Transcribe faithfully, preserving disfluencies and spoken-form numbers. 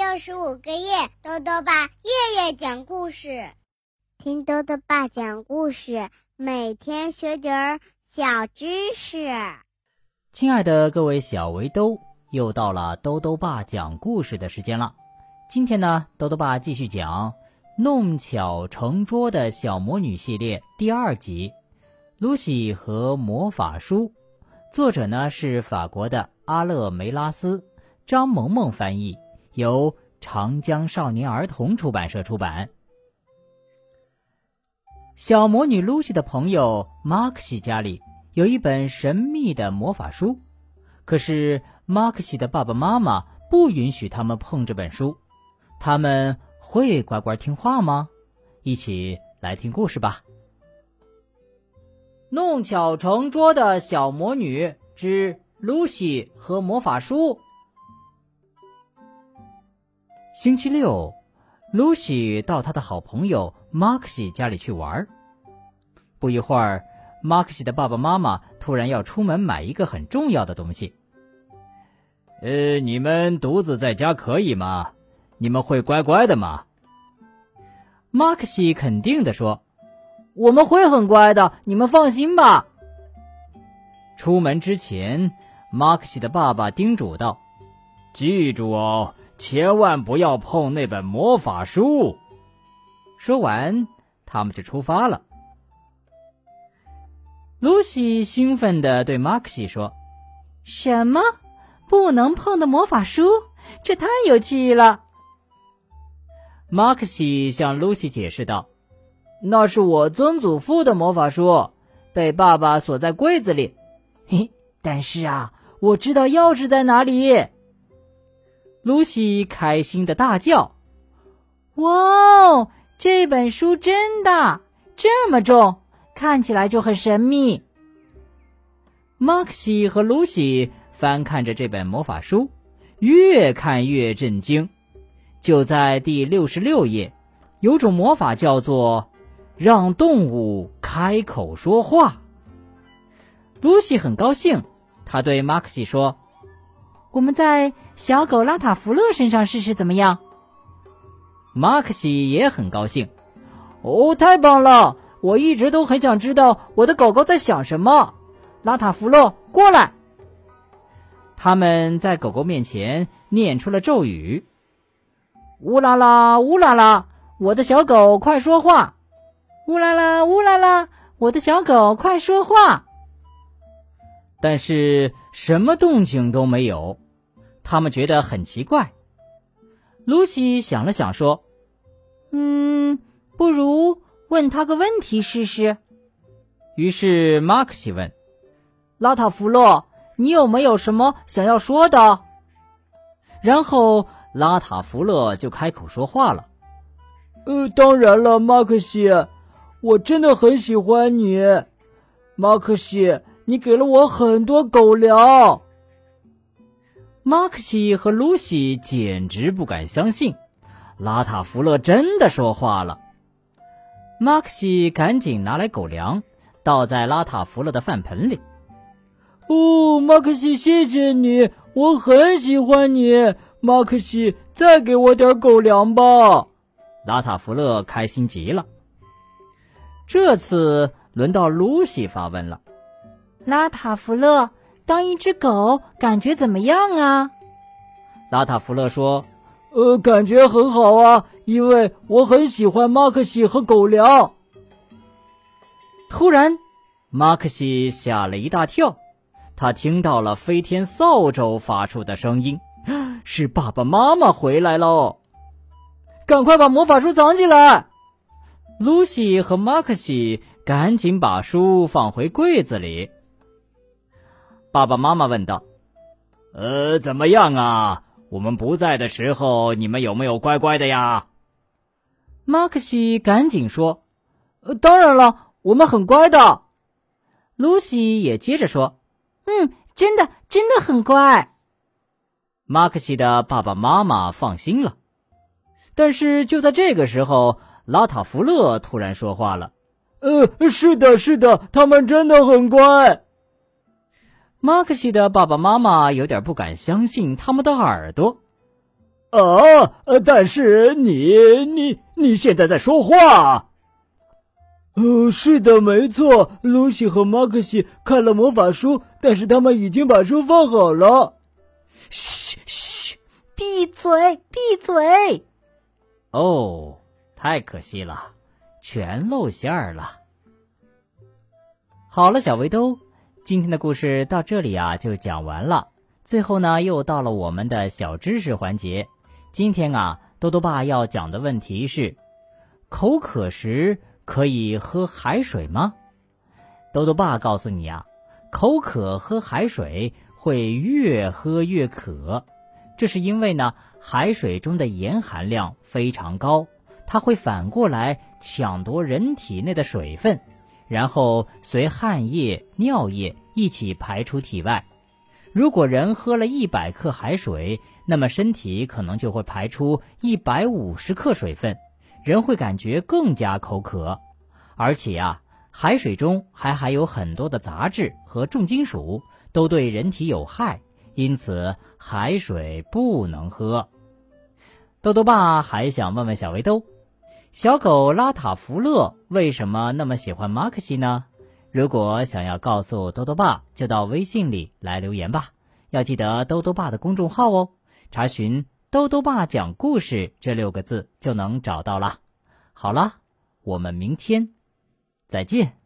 六十五个夜，豆豆爸夜夜讲故事，听豆豆爸讲故事，每天学点儿小知识。 亲爱的各位小围兜，又到了豆豆爸讲故事的时间了。今天呢，豆豆爸继续讲弄巧成拙的小魔女系列第二集，露西和魔法书。作者呢是法国的阿勒梅拉斯，张萌萌翻译，由长江少年儿童出版社出版。小魔女露西的朋友马克西家里有一本神秘的魔法书，可是马克西的爸爸妈妈不允许他们碰这本书。他们会乖乖听话吗？一起来听故事吧。弄巧成拙的小魔女之露西和魔法书。星期六，露西到她的好朋友马克西家里去玩。不一会儿，马克西的爸爸妈妈突然要出门买一个很重要的东西。呃，你们独自在家可以吗？你们会乖乖的吗？马克西肯定地说，我们会很乖的，你们放心吧。出门之前，马克西的爸爸叮嘱道，记住哦，千万不要碰那本魔法书。说完，他们就出发了。露西兴奋地对马克西说，什么？不能碰的魔法书？这太有趣了。马克西向露西解释道，那是我曾祖父的魔法书，被爸爸锁在柜子里。嘿，但是啊，我知道钥匙在哪里。露西开心地大叫，哇哦，这本书真大，这么重，看起来就很神秘。马克西和露西翻看着这本魔法书，越看越震惊。就在第六十六页，有种魔法叫做让动物开口说话。露西很高兴，她对马克西说，我们在小狗拉塔弗勒身上试试怎么样？马克西也很高兴，哦，太棒了，我一直都很想知道我的狗狗在想什么。拉塔弗勒，过来。他们在狗狗面前念出了咒语，乌拉拉乌拉拉，我的小狗快说话。乌拉拉乌拉拉，我的小狗快说话。但是什么动静都没有，他们觉得很奇怪。露西想了想说，嗯，不如问他个问题试试。于是马克西问，拉塔弗勒，你有没有什么想要说的？然后拉塔弗勒就开口说话了，呃，当然了，马克西，我真的很喜欢你。马克西，你给了我很多狗粮。马克西和露西简直不敢相信，拉塔弗勒真的说话了。马克西赶紧拿来狗粮，倒在拉塔弗勒的饭盆里。哦，马克西，谢谢你，我很喜欢你。马克西，再给我点狗粮吧。拉塔弗勒开心极了。这次轮到露西发问了，拉塔弗勒，当一只狗感觉怎么样啊？拉塔弗勒说，呃，感觉很好啊，因为我很喜欢马克西和狗粮。突然，马克西吓了一大跳，他听到了飞天扫帚发出的声音，是爸爸妈妈回来喽！赶快把魔法书藏起来！露西和马克西赶紧把书放回柜子里。爸爸妈妈问道，呃，怎么样啊？我们不在的时候，你们有没有乖乖的呀？马克西赶紧说，呃，当然了，我们很乖的。露西也接着说，嗯，真的真的很乖。马克西的爸爸妈妈放心了。但是就在这个时候，拉塔弗勒突然说话了，呃，是的是的，他们真的很乖。马克西的爸爸妈妈有点不敢相信他们的耳朵。 啊，但是你你你现在在说话。 哦，是的，没错，露西和马克西看了魔法书，但是他们已经把书放好了。 嘘嘘，闭嘴，闭嘴！ 哦，太可惜了，全露馅儿了。好了，小围兜，今天的故事到这里啊就讲完了。最后呢，又到了我们的小知识环节。今天啊，豆豆爸要讲的问题是：口渴时可以喝海水吗？豆豆爸告诉你啊，口渴喝海水会越喝越渴，这是因为呢，海水中的盐含量非常高，它会反过来抢夺人体内的水分，然后随汗液、尿液一起排出体外。如果人喝了一百克海水，那么身体可能就会排出一百五十克水分，人会感觉更加口渴。而且啊，海水中还含有很多的杂质和重金属，都对人体有害，因此海水不能喝。豆豆爸还想问问小围兜，小狗拉塔福勒为什么那么喜欢马克西呢？如果想要告诉豆豆爸，就到微信里来留言吧。要记得豆豆爸的公众号哦，查询豆豆爸讲故事这六个字就能找到了。好了，我们明天再见。